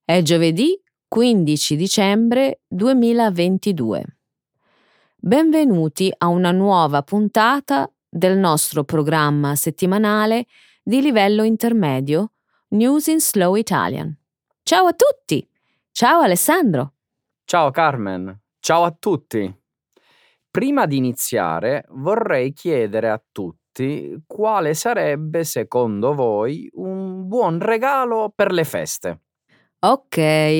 È giovedì 15 dicembre 2022. Benvenuti a una nuova puntata del nostro programma settimanale di livello intermedio News in Slow Italian. Ciao a tutti! Ciao Alessandro! Ciao Carmen, ciao a tutti. Prima di iniziare vorrei chiedere a tutti quale sarebbe secondo voi un buon regalo per le feste. Ok,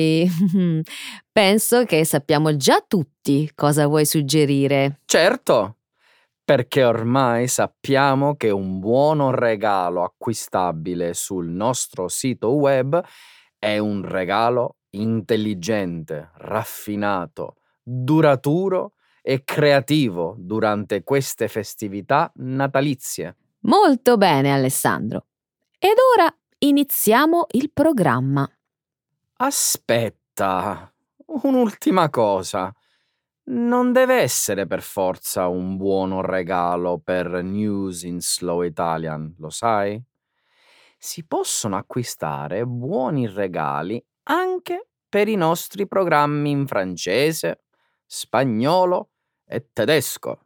penso che sappiamo già tutti cosa vuoi suggerire. Certo, perché ormai sappiamo che un buono regalo acquistabile sul nostro sito web è un regalo intelligente, raffinato, duraturo e creativo durante queste festività natalizie. Molto bene Alessandro. Ed ora iniziamo il programma. Aspetta, un'ultima cosa. Non deve essere per forza un buono regalo per News in Slow Italian, lo sai? Si possono acquistare buoni regali anche per i nostri programmi in francese, spagnolo e tedesco.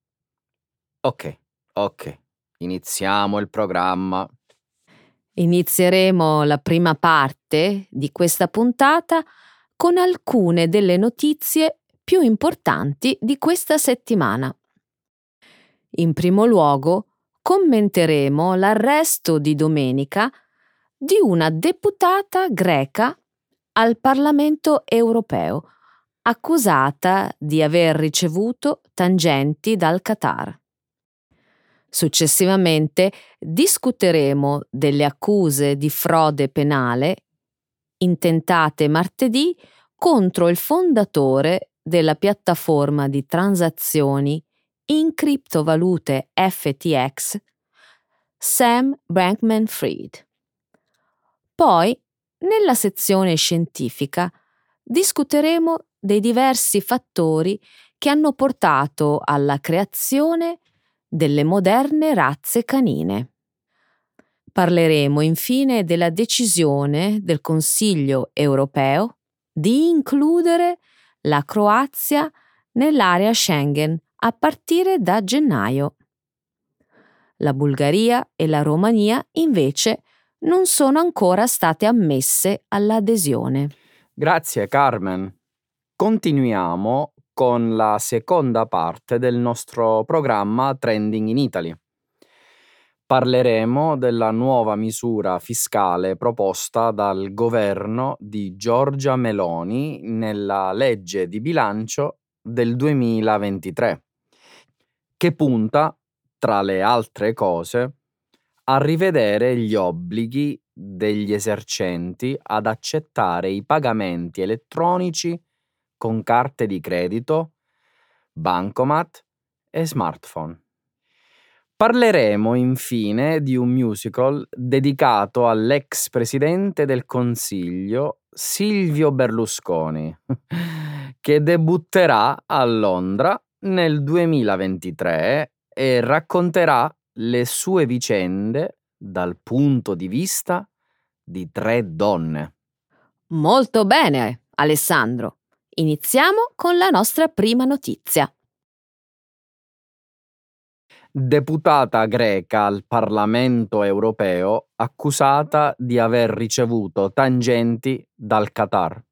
Ok, iniziamo il programma. Inizieremo la prima parte di questa puntata con alcune delle notizie più importanti di questa settimana. In primo luogo, commenteremo l'arresto di domenica di una deputata greca al Parlamento europeo, accusata di aver ricevuto tangenti dal Qatar. Successivamente discuteremo delle accuse di frode penale intentate martedì contro il fondatore della piattaforma di transazioni in criptovalute FTX, Sam Bankman-Fried. Poi, nella sezione scientifica, discuteremo dei diversi fattori che hanno portato alla creazione delle moderne razze canine. Parleremo infine della decisione del Consiglio europeo di includere la Croazia nell'area Schengen a partire da gennaio. La Bulgaria e la Romania, invece, non sono ancora state ammesse all'adesione. Grazie Carmen. Continuiamo con la seconda parte del nostro programma Trending in Italy. Parleremo della nuova misura fiscale proposta dal governo di Giorgia Meloni nella legge di bilancio del 2023, che punta, tra le altre cose, a rivedere gli obblighi degli esercenti ad accettare i pagamenti elettronici con carte di credito, bancomat e smartphone. Parleremo infine di un musical dedicato all'ex presidente del Consiglio Silvio Berlusconi, che debutterà a Londra nel 2023 e racconterà le sue vicende dal punto di vista di 3 donne. Molto bene, Alessandro. Iniziamo con la nostra prima notizia. Deputata greca al Parlamento europeo accusata di aver ricevuto tangenti dal Qatar.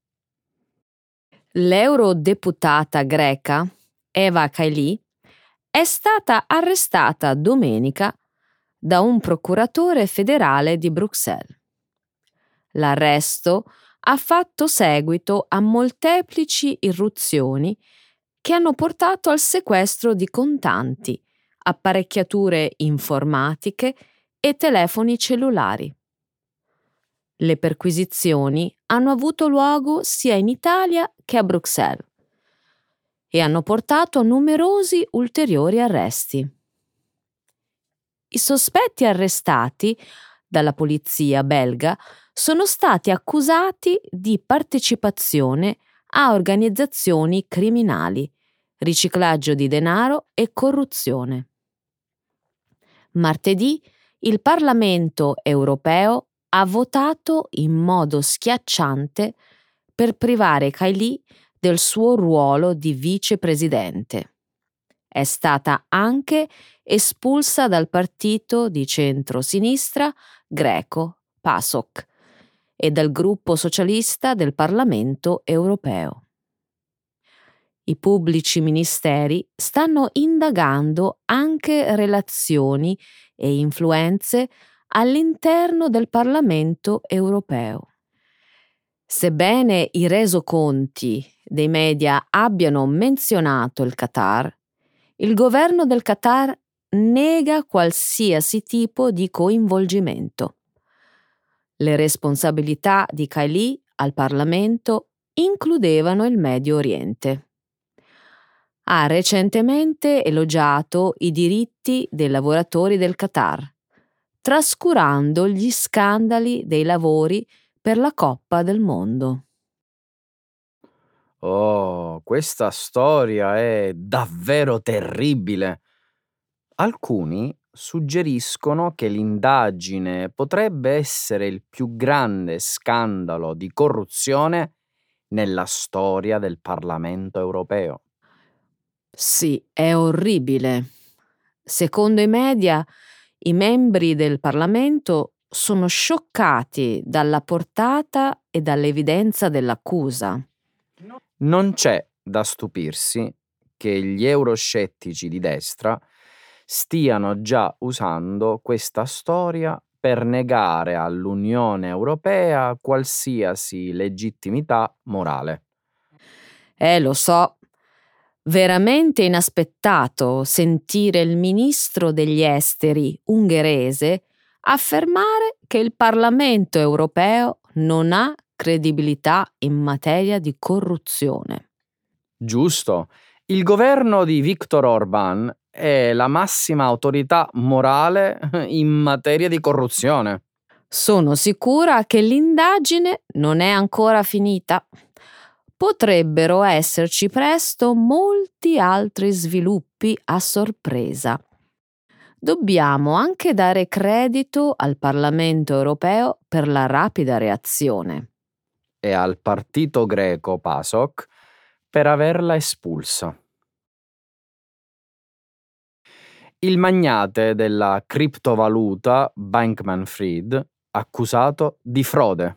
L'eurodeputata greca Eva Kaili è stata arrestata domenica da un procuratore federale di Bruxelles. L'arresto ha fatto seguito a molteplici irruzioni che hanno portato al sequestro di contanti, apparecchiature informatiche e telefoni cellulari. Le perquisizioni hanno avuto luogo sia in Italia che a Bruxelles e hanno portato a numerosi ulteriori arresti. I sospetti arrestati dalla polizia belga sono stati accusati di partecipazione a organizzazioni criminali, riciclaggio di denaro e corruzione. Martedì il Parlamento europeo ha votato in modo schiacciante per privare Kylie del suo ruolo di vicepresidente. È stata anche espulsa dal partito di centro-sinistra greco PASOK e dal gruppo socialista del Parlamento europeo. I pubblici ministeri stanno indagando anche relazioni e influenze all'interno del Parlamento europeo. Sebbene i resoconti dei media abbiano menzionato il Qatar, il governo del Qatar nega qualsiasi tipo di coinvolgimento. Le responsabilità di Kylie al Parlamento includevano il Medio Oriente. Ha recentemente elogiato i diritti dei lavoratori del Qatar, trascurando gli scandali dei lavori per la Coppa del Mondo. Oh, questa storia è davvero terribile. Alcuni suggeriscono che l'indagine potrebbe essere il più grande scandalo di corruzione nella storia del Parlamento europeo. Sì, è orribile. Secondo i media, i membri del Parlamento sono scioccati dalla portata e dall'evidenza dell'accusa. Non c'è da stupirsi che gli euroscettici di destra stiano già usando questa storia per negare all'Unione Europea qualsiasi legittimità morale. Lo so, veramente inaspettato sentire il ministro degli esteri ungherese affermare che il Parlamento europeo non ha credibilità in materia di corruzione. Giusto. Il governo di Viktor Orban è la massima autorità morale in materia di corruzione. Sono sicura che l'indagine non è ancora finita. Potrebbero esserci presto molti altri sviluppi a sorpresa. Dobbiamo anche dare credito al Parlamento europeo per la rapida reazione. E al partito greco PASOK per averla espulsa. Il magnate della criptovaluta Bankman-Fried accusato di frode.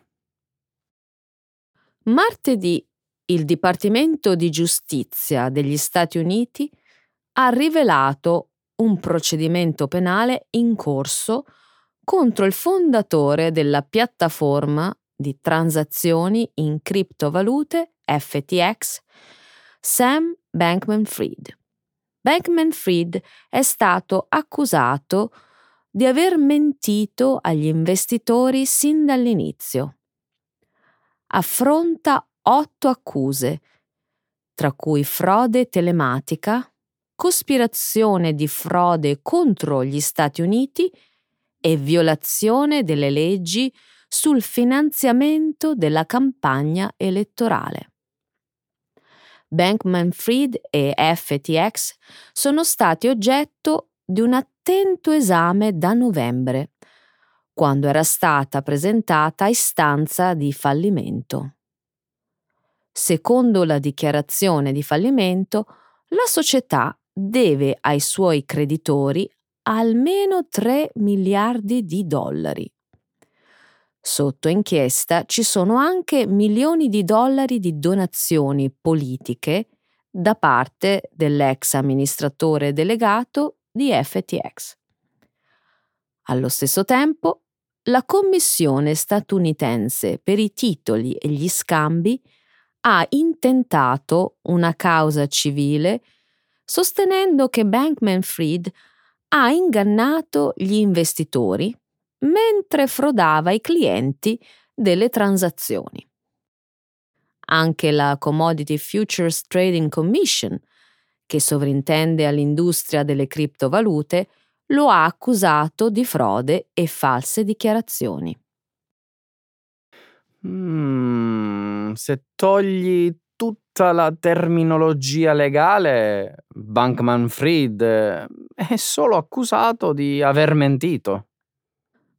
Martedì il Dipartimento di Giustizia degli Stati Uniti ha rivelato un procedimento penale in corso contro il fondatore della piattaforma di transazioni in criptovalute FTX, Sam Bankman-Fried. Bankman-Fried è stato accusato di aver mentito agli investitori sin dall'inizio. Affronta 8 accuse, tra cui frode telematica, cospirazione di frode contro gli Stati Uniti e violazione delle leggi sul finanziamento della campagna elettorale. Bankman-Fried e FTX sono stati oggetto di un attento esame da novembre, quando era stata presentata istanza di fallimento. Secondo la dichiarazione di fallimento, la società deve ai suoi creditori almeno 3 miliardi di dollari. Sotto inchiesta ci sono anche milioni di dollari di donazioni politiche da parte dell'ex amministratore delegato di FTX. Allo stesso tempo, la Commissione statunitense per i titoli e gli scambi ha intentato una causa civile sostenendo che Bankman-Fried ha ingannato gli investitori mentre frodava i clienti delle transazioni. Anche la Commodity Futures Trading Commission, che sovrintende all'industria delle criptovalute, lo ha accusato di frode e false dichiarazioni. Se togli tutta la terminologia legale, Bankman-Fried è solo accusato di aver mentito.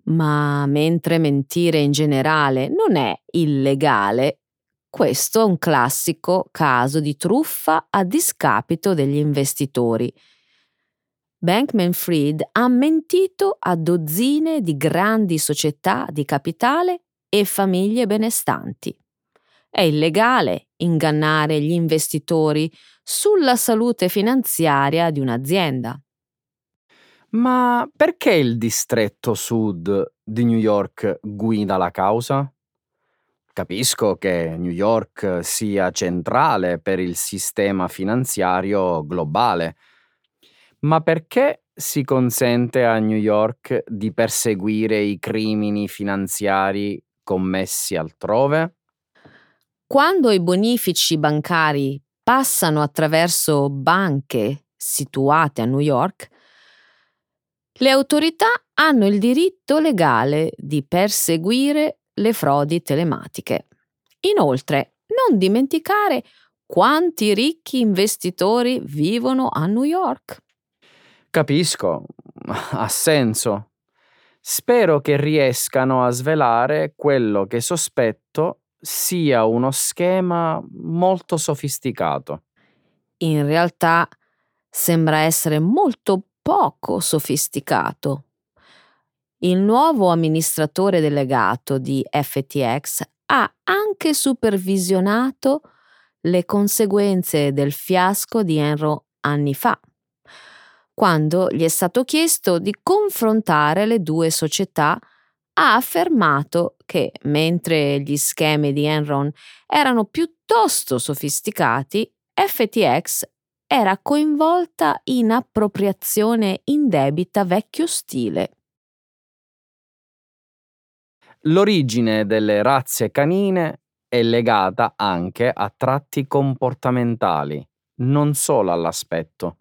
Ma mentre mentire in generale non è illegale, questo è un classico caso di truffa a discapito degli investitori. Bankman-Fried ha mentito a dozzine di grandi società di capitale e famiglie benestanti. È illegale ingannare gli investitori sulla salute finanziaria di un'azienda. Ma perché il distretto sud di New York guida la causa? Capisco che New York sia centrale per il sistema finanziario globale, ma perché si consente a New York di perseguire i crimini finanziari commessi altrove? Quando i bonifici bancari passano attraverso banche situate a New York, le autorità hanno il diritto legale di perseguire le frodi telematiche. Inoltre, non dimenticare quanti ricchi investitori vivono a New York. Capisco, ha senso. Spero che riescano a svelare quello che sospetto sia uno schema molto sofisticato. In realtà sembra essere molto poco sofisticato. Il nuovo amministratore delegato di FTX ha anche supervisionato le conseguenze del fiasco di Enron anni fa, quando gli è stato chiesto di confrontare le due società. Ha affermato che, mentre gli schemi di Enron erano piuttosto sofisticati, FTX era coinvolta in appropriazione indebita vecchio stile. L'origine delle razze canine è legata anche a tratti comportamentali, non solo all'aspetto.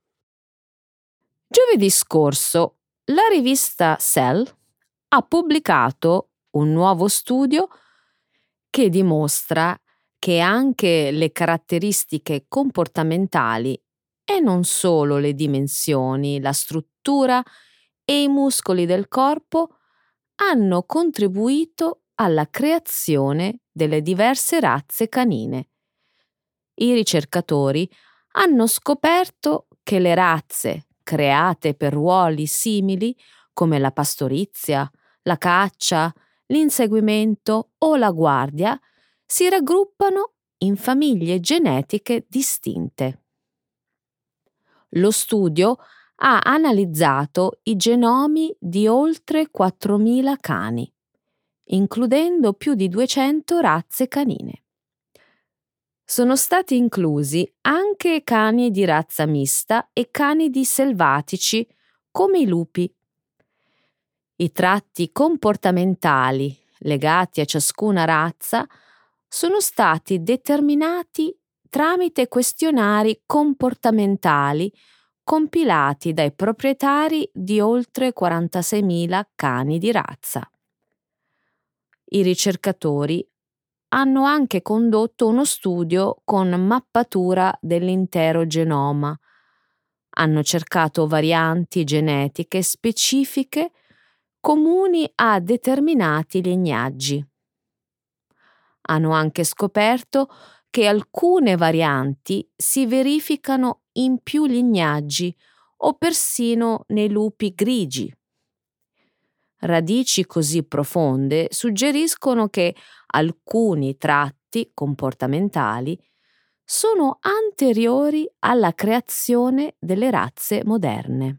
Giovedì scorso la rivista Cell ha pubblicato un nuovo studio che dimostra che anche le caratteristiche comportamentali e non solo le dimensioni, la struttura e i muscoli del corpo hanno contribuito alla creazione delle diverse razze canine. I ricercatori hanno scoperto che le razze create per ruoli simili, come la pastorizia, la caccia, l'inseguimento o la guardia, si raggruppano in famiglie genetiche distinte. Lo studio ha analizzato i genomi di oltre 4.000 cani, includendo più di 200 razze canine. Sono stati inclusi anche cani di razza mista e canidi selvatici, come i lupi. I tratti comportamentali legati a ciascuna razza sono stati determinati tramite questionari comportamentali compilati dai proprietari di oltre 46.000 cani di razza. I ricercatori hanno anche condotto uno studio con mappatura dell'intero genoma. Hanno cercato varianti genetiche specifiche comuni a determinati lignaggi. Hanno anche scoperto che alcune varianti si verificano in più lignaggi o persino nei lupi grigi. Radici così profonde suggeriscono che alcuni tratti comportamentali sono anteriori alla creazione delle razze moderne.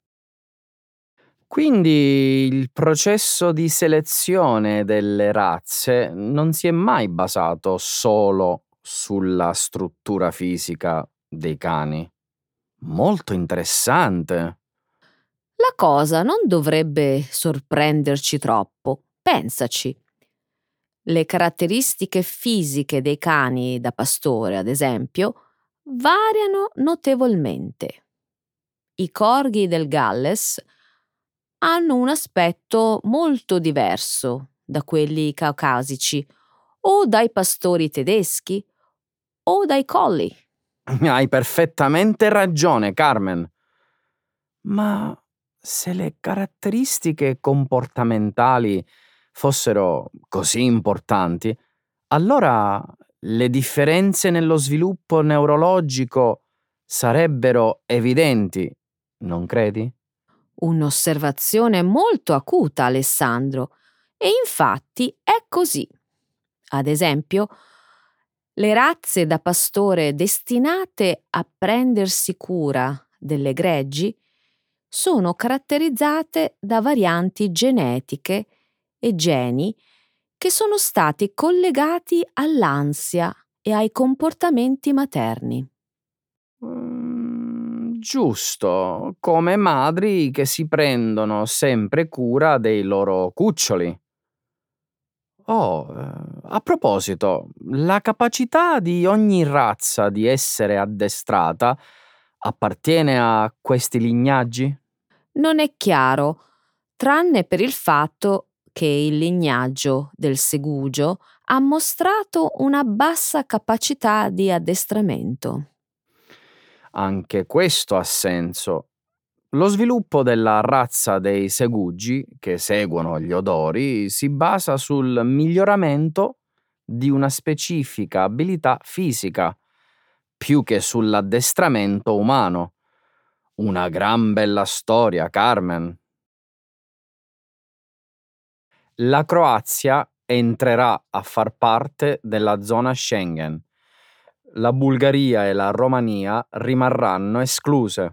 Quindi il processo di selezione delle razze non si è mai basato solo sulla struttura fisica dei cani. Molto interessante. La cosa non dovrebbe sorprenderci troppo. Pensaci. Le caratteristiche fisiche dei cani da pastore, ad esempio, variano notevolmente. I corgi del Galles hanno un aspetto molto diverso da quelli caucasici o dai pastori tedeschi o dai collie. Hai perfettamente ragione, Carmen. Ma se le caratteristiche comportamentali fossero così importanti, allora le differenze nello sviluppo neurologico sarebbero evidenti, non credi? Un'osservazione molto acuta, Alessandro. E infatti è così. Ad esempio, le razze da pastore destinate a prendersi cura delle greggi sono caratterizzate da varianti genetiche e geni che sono stati collegati all'ansia e ai comportamenti materni. Giusto, come madri che si prendono sempre cura dei loro cuccioli. Oh, a proposito, la capacità di ogni razza di essere addestrata appartiene a questi lignaggi? Non è chiaro, tranne per il fatto che il lignaggio del segugio ha mostrato una bassa capacità di addestramento. Anche questo ha senso. Lo sviluppo della razza dei segugi, che seguono gli odori, si basa sul miglioramento di una specifica abilità fisica, più che sull'addestramento umano. Una gran bella storia, Carmen. La Croazia entrerà a far parte della zona Schengen. La Bulgaria e la Romania rimarranno escluse.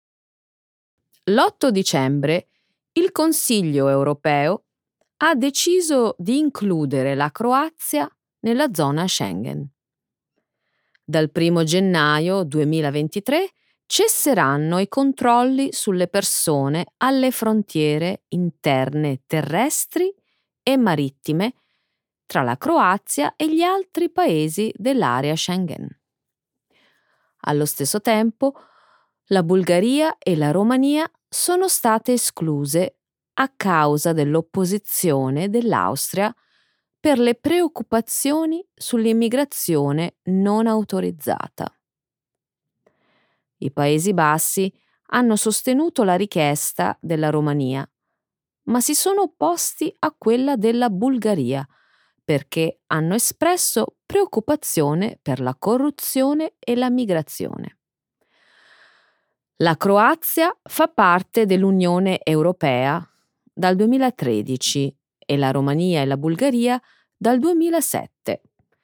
L'8 dicembre il Consiglio europeo ha deciso di includere la Croazia nella zona Schengen. Dal 1 gennaio 2023 cesseranno i controlli sulle persone alle frontiere interne terrestri e marittime tra la Croazia e gli altri paesi dell'area Schengen. Allo stesso tempo, la Bulgaria e la Romania sono state escluse a causa dell'opposizione dell'Austria per le preoccupazioni sull'immigrazione non autorizzata. I Paesi Bassi hanno sostenuto la richiesta della Romania, ma si sono opposti a quella della Bulgaria perché hanno espresso preoccupazione per la corruzione e la migrazione. La Croazia fa parte dell'Unione Europea dal 2013 e la Romania e la Bulgaria dal 2007.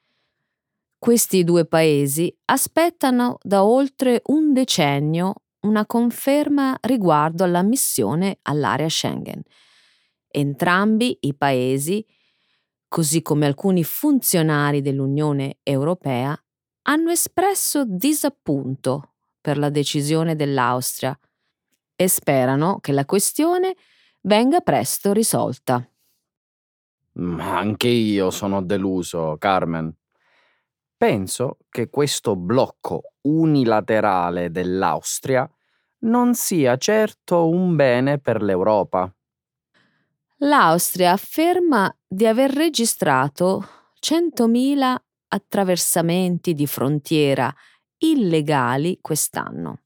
Questi due paesi aspettano da oltre un decennio una conferma riguardo all'ammissione all'area Schengen. Entrambi i paesi, così come alcuni funzionari dell'Unione Europea, hanno espresso disappunto per la decisione dell'Austria e sperano che la questione venga presto risolta. Ma anche io sono deluso, Carmen. Penso che questo blocco unilaterale dell'Austria non sia certo un bene per l'Europa. L'Austria afferma di aver registrato 100.000 attraversamenti di frontiera illegali quest'anno.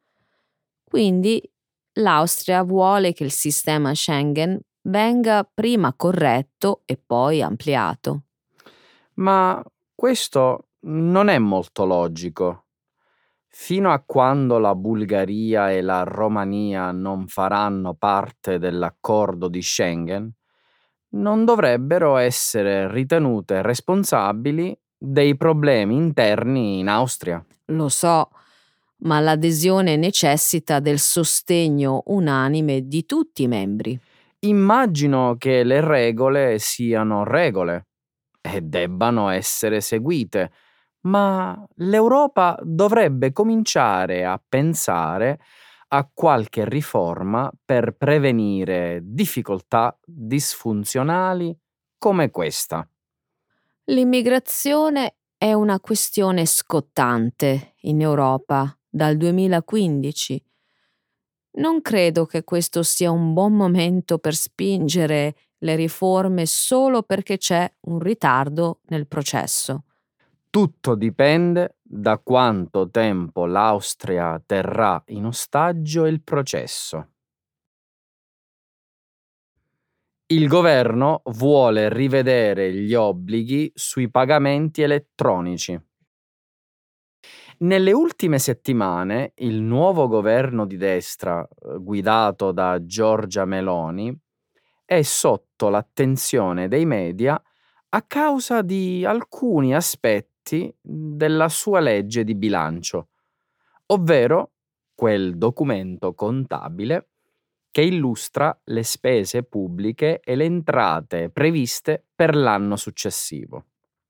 Quindi l'Austria vuole che il sistema Schengen venga prima corretto e poi ampliato. Ma questo non è molto logico. Fino a quando la Bulgaria e la Romania non faranno parte dell'accordo di Schengen, non dovrebbero essere ritenute responsabili dei problemi interni in Austria. Lo so, ma l'adesione necessita del sostegno unanime di tutti i membri. Immagino che le regole siano regole e debbano essere seguite, ma l'Europa dovrebbe cominciare a pensare a qualche riforma per prevenire difficoltà disfunzionali come questa. L'immigrazione è una questione scottante in Europa dal 2015. Non credo che questo sia un buon momento per spingere le riforme solo perché c'è un ritardo nel processo. Tutto dipende da quanto tempo l'Austria terrà in ostaggio il processo. Il governo vuole rivedere gli obblighi sui pagamenti elettronici. Nelle ultime settimane il nuovo governo di destra, guidato da Giorgia Meloni, è sotto l'attenzione dei media a causa di alcuni aspetti della sua legge di bilancio, ovvero quel documento contabile che illustra le spese pubbliche e le entrate previste per l'anno successivo.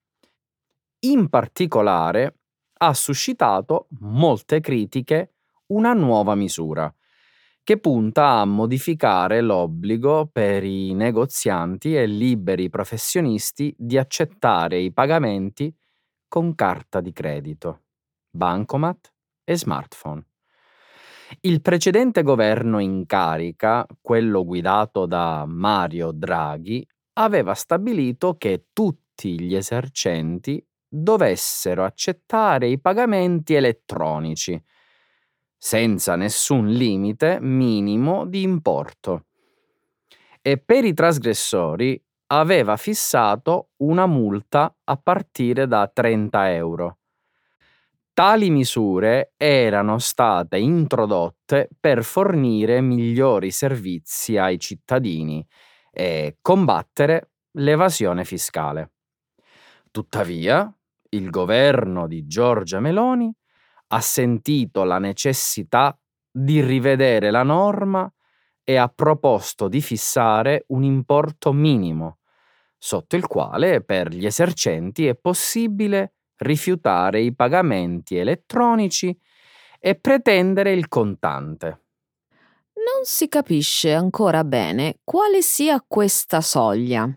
In particolare ha suscitato molte critiche una nuova misura che punta a modificare l'obbligo per i negozianti e liberi professionisti di accettare i pagamenti con carta di credito, bancomat e smartphone. Il precedente governo in carica, quello guidato da Mario Draghi, aveva stabilito che tutti gli esercenti dovessero accettare i pagamenti elettronici, senza nessun limite minimo di importo. E per i trasgressori aveva fissato una multa a partire da 30 euro. Tali misure erano state introdotte per fornire migliori servizi ai cittadini e combattere l'evasione fiscale. Tuttavia, il governo di Giorgia Meloni ha sentito la necessità di rivedere la norma e ha proposto di fissare un importo minimo, sotto il quale per gli esercenti è possibile rifiutare i pagamenti elettronici e pretendere il contante. Non si capisce ancora bene quale sia questa soglia.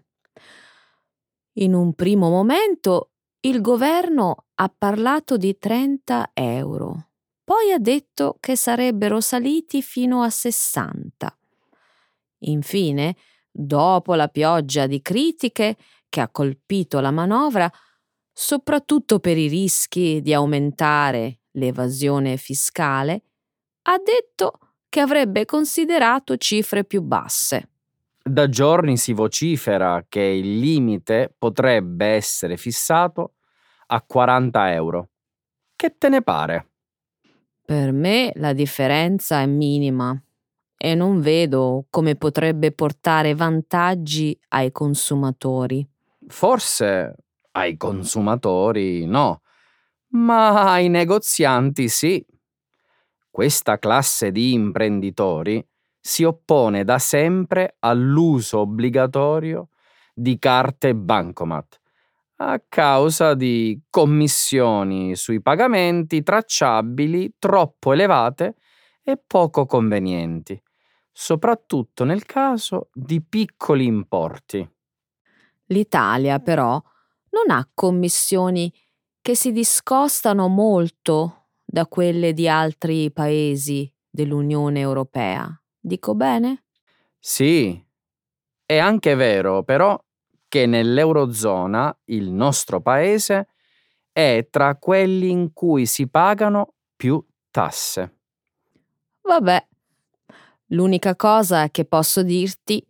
In un primo momento il governo ha parlato di 30 euro, poi ha detto che sarebbero saliti fino a 60. Infine, dopo la pioggia di critiche che ha colpito la manovra, soprattutto per i rischi di aumentare l'evasione fiscale, ha detto che avrebbe considerato cifre più basse. Da giorni si vocifera che il limite potrebbe essere fissato a 40 euro. Che te ne pare? Per me la differenza è minima e non vedo come potrebbe portare vantaggi ai consumatori. Forse ai consumatori no, ma ai negozianti sì. Questa classe di imprenditori si oppone da sempre all'uso obbligatorio di carte bancomat a causa di commissioni sui pagamenti tracciabili troppo elevate e poco convenienti, soprattutto nel caso di piccoli importi. L'Italia però non ha commissioni che si discostano molto da quelle di altri paesi dell'Unione Europea. Dico bene? Sì, è anche vero però che nell'Eurozona il nostro paese è tra quelli in cui si pagano più tasse. Vabbè, l'unica cosa che posso dirti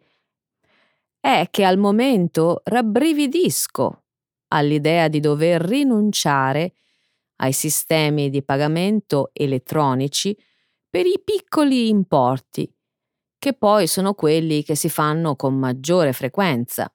è che al momento rabbrividisco all'idea di dover rinunciare ai sistemi di pagamento elettronici per i piccoli importi, che poi sono quelli che si fanno con maggiore frequenza.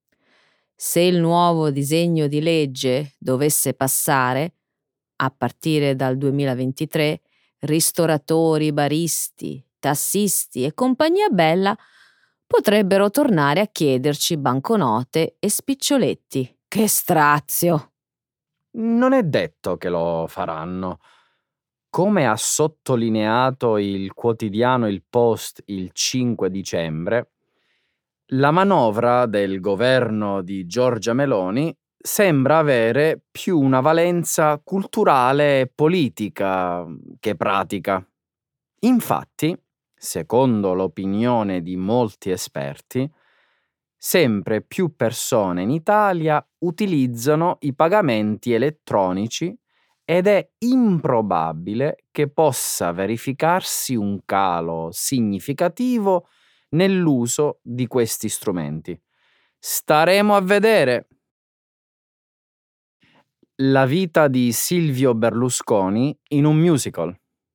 Se il nuovo disegno di legge dovesse passare, a partire dal 2023, ristoratori, baristi, tassisti e compagnia bella potrebbero tornare a chiederci banconote e spiccioletti. Che strazio! Non è detto che lo faranno. Come ha sottolineato il quotidiano Il Post il 5 dicembre, la manovra del governo di Giorgia Meloni sembra avere più una valenza culturale e politica che pratica. Infatti, secondo l'opinione di molti esperti, sempre più persone in Italia utilizzano i pagamenti elettronici ed è improbabile che possa verificarsi un calo significativo nell'uso di questi strumenti. Staremo a vedere. La vita di Silvio Berlusconi in un musical.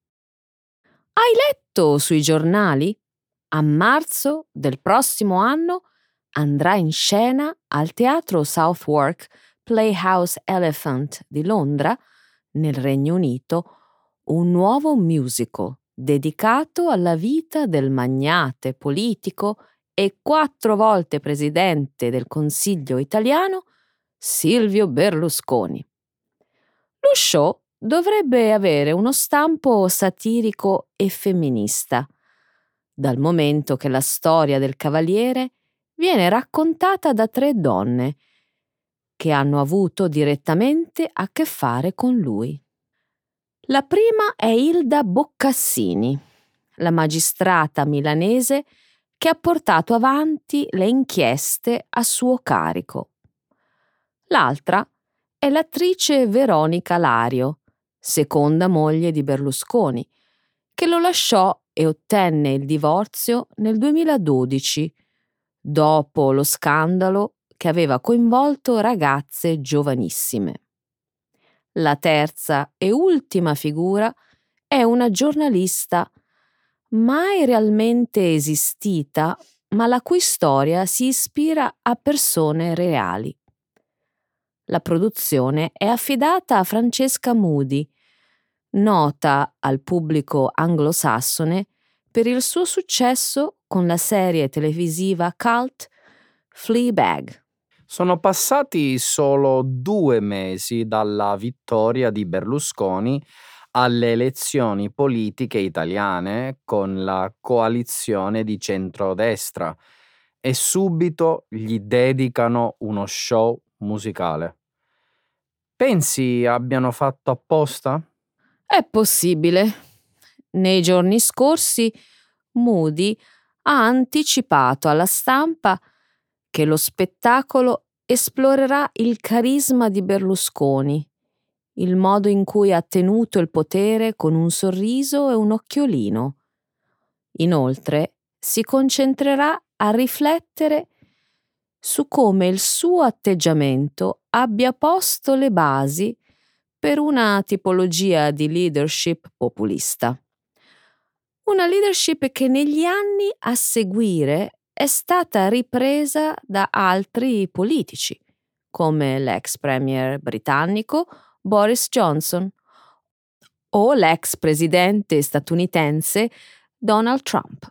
Hai letto sui giornali? A marzo del prossimo anno andrà in scena al Teatro Southwark Playhouse Elephant di Londra, nel Regno Unito, un nuovo musical dedicato alla vita del magnate politico e 4 volte presidente del Consiglio italiano Silvio Berlusconi. Lo show dovrebbe avere uno stampo satirico e femminista, dal momento che la storia del cavaliere viene raccontata da 3 donne che hanno avuto direttamente a che fare con lui. La prima è Ilda Boccassini, la magistrata milanese che ha portato avanti le inchieste a suo carico. L'altra è l'attrice Veronica Lario, seconda moglie di Berlusconi, che lo lasciò e ottenne il divorzio nel 2012, dopo lo scandalo che aveva coinvolto ragazze giovanissime. La terza e ultima figura è una giornalista mai realmente esistita, ma la cui storia si ispira a persone reali. La produzione è affidata a Francesca Moody, nota al pubblico anglosassone per il suo successo con la serie televisiva cult Fleabag. Sono passati solo 2 mesi dalla vittoria di Berlusconi alle elezioni politiche italiane con la coalizione di centrodestra e subito gli dedicano uno show musicale. Pensi abbiano fatto apposta? È possibile. Nei giorni scorsi Moody ha anticipato alla stampa che lo spettacolo esplorerà il carisma di Berlusconi, il modo in cui ha tenuto il potere con un sorriso e un occhiolino. Inoltre, si concentrerà a riflettere su come il suo atteggiamento abbia posto le basi per una tipologia di leadership populista. Una leadership che negli anni a seguire è stata ripresa da altri politici, come l'ex premier britannico Boris Johnson o l'ex presidente statunitense Donald Trump.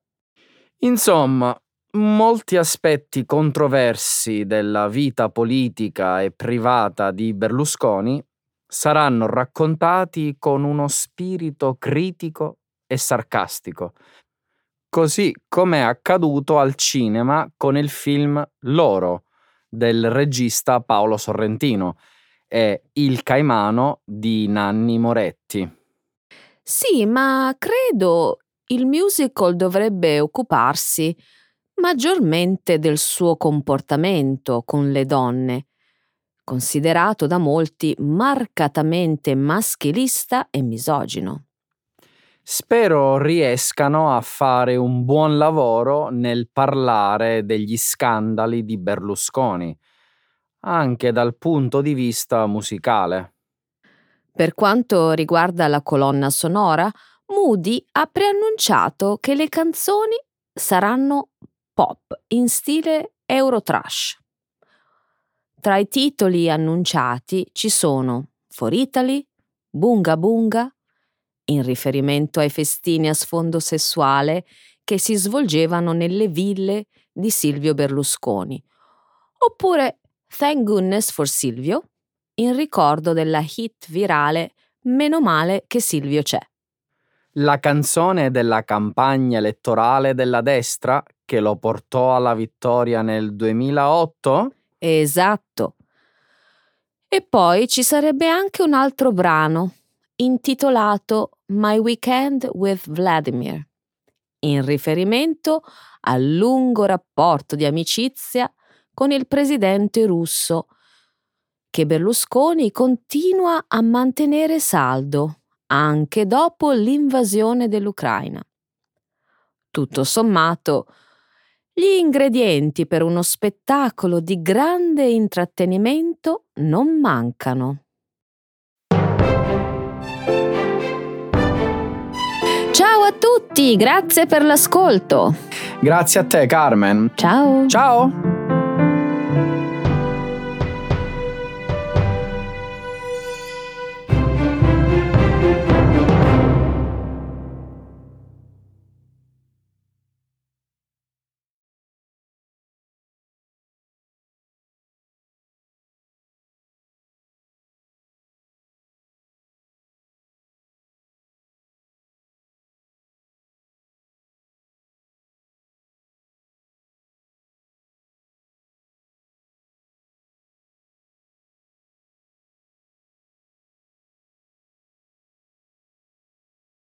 Insomma, molti aspetti controversi della vita politica e privata di Berlusconi saranno raccontati con uno spirito critico e sarcastico, così come è accaduto al cinema con il film Loro del regista Paolo Sorrentino e Il Caimano di Nanni Moretti. Sì, ma credo il musical dovrebbe occuparsi maggiormente del suo comportamento con le donne, considerato da molti marcatamente maschilista e misogino. Spero riescano a fare un buon lavoro nel parlare degli scandali di Berlusconi, anche dal punto di vista musicale. Per quanto riguarda la colonna sonora, Moody ha preannunciato che le canzoni saranno pop in stile Eurotrash. Tra i titoli annunciati ci sono For Italy, Bunga Bunga, in riferimento ai festini a sfondo sessuale che si svolgevano nelle ville di Silvio Berlusconi, oppure Thank Goodness for Silvio, in ricordo della hit virale Meno male che Silvio c'è. La canzone della campagna elettorale della destra che lo portò alla vittoria nel 2008? Esatto. E poi ci sarebbe anche un altro brano, intitolato My Weekend with Vladimir, in riferimento al lungo rapporto di amicizia con il presidente russo, che Berlusconi continua a mantenere saldo anche dopo l'invasione dell'Ucraina. Tutto sommato, gli ingredienti per uno spettacolo di grande intrattenimento non mancano. Ciao a tutti, grazie per l'ascolto. Grazie a te, Carmen. Ciao. Ciao!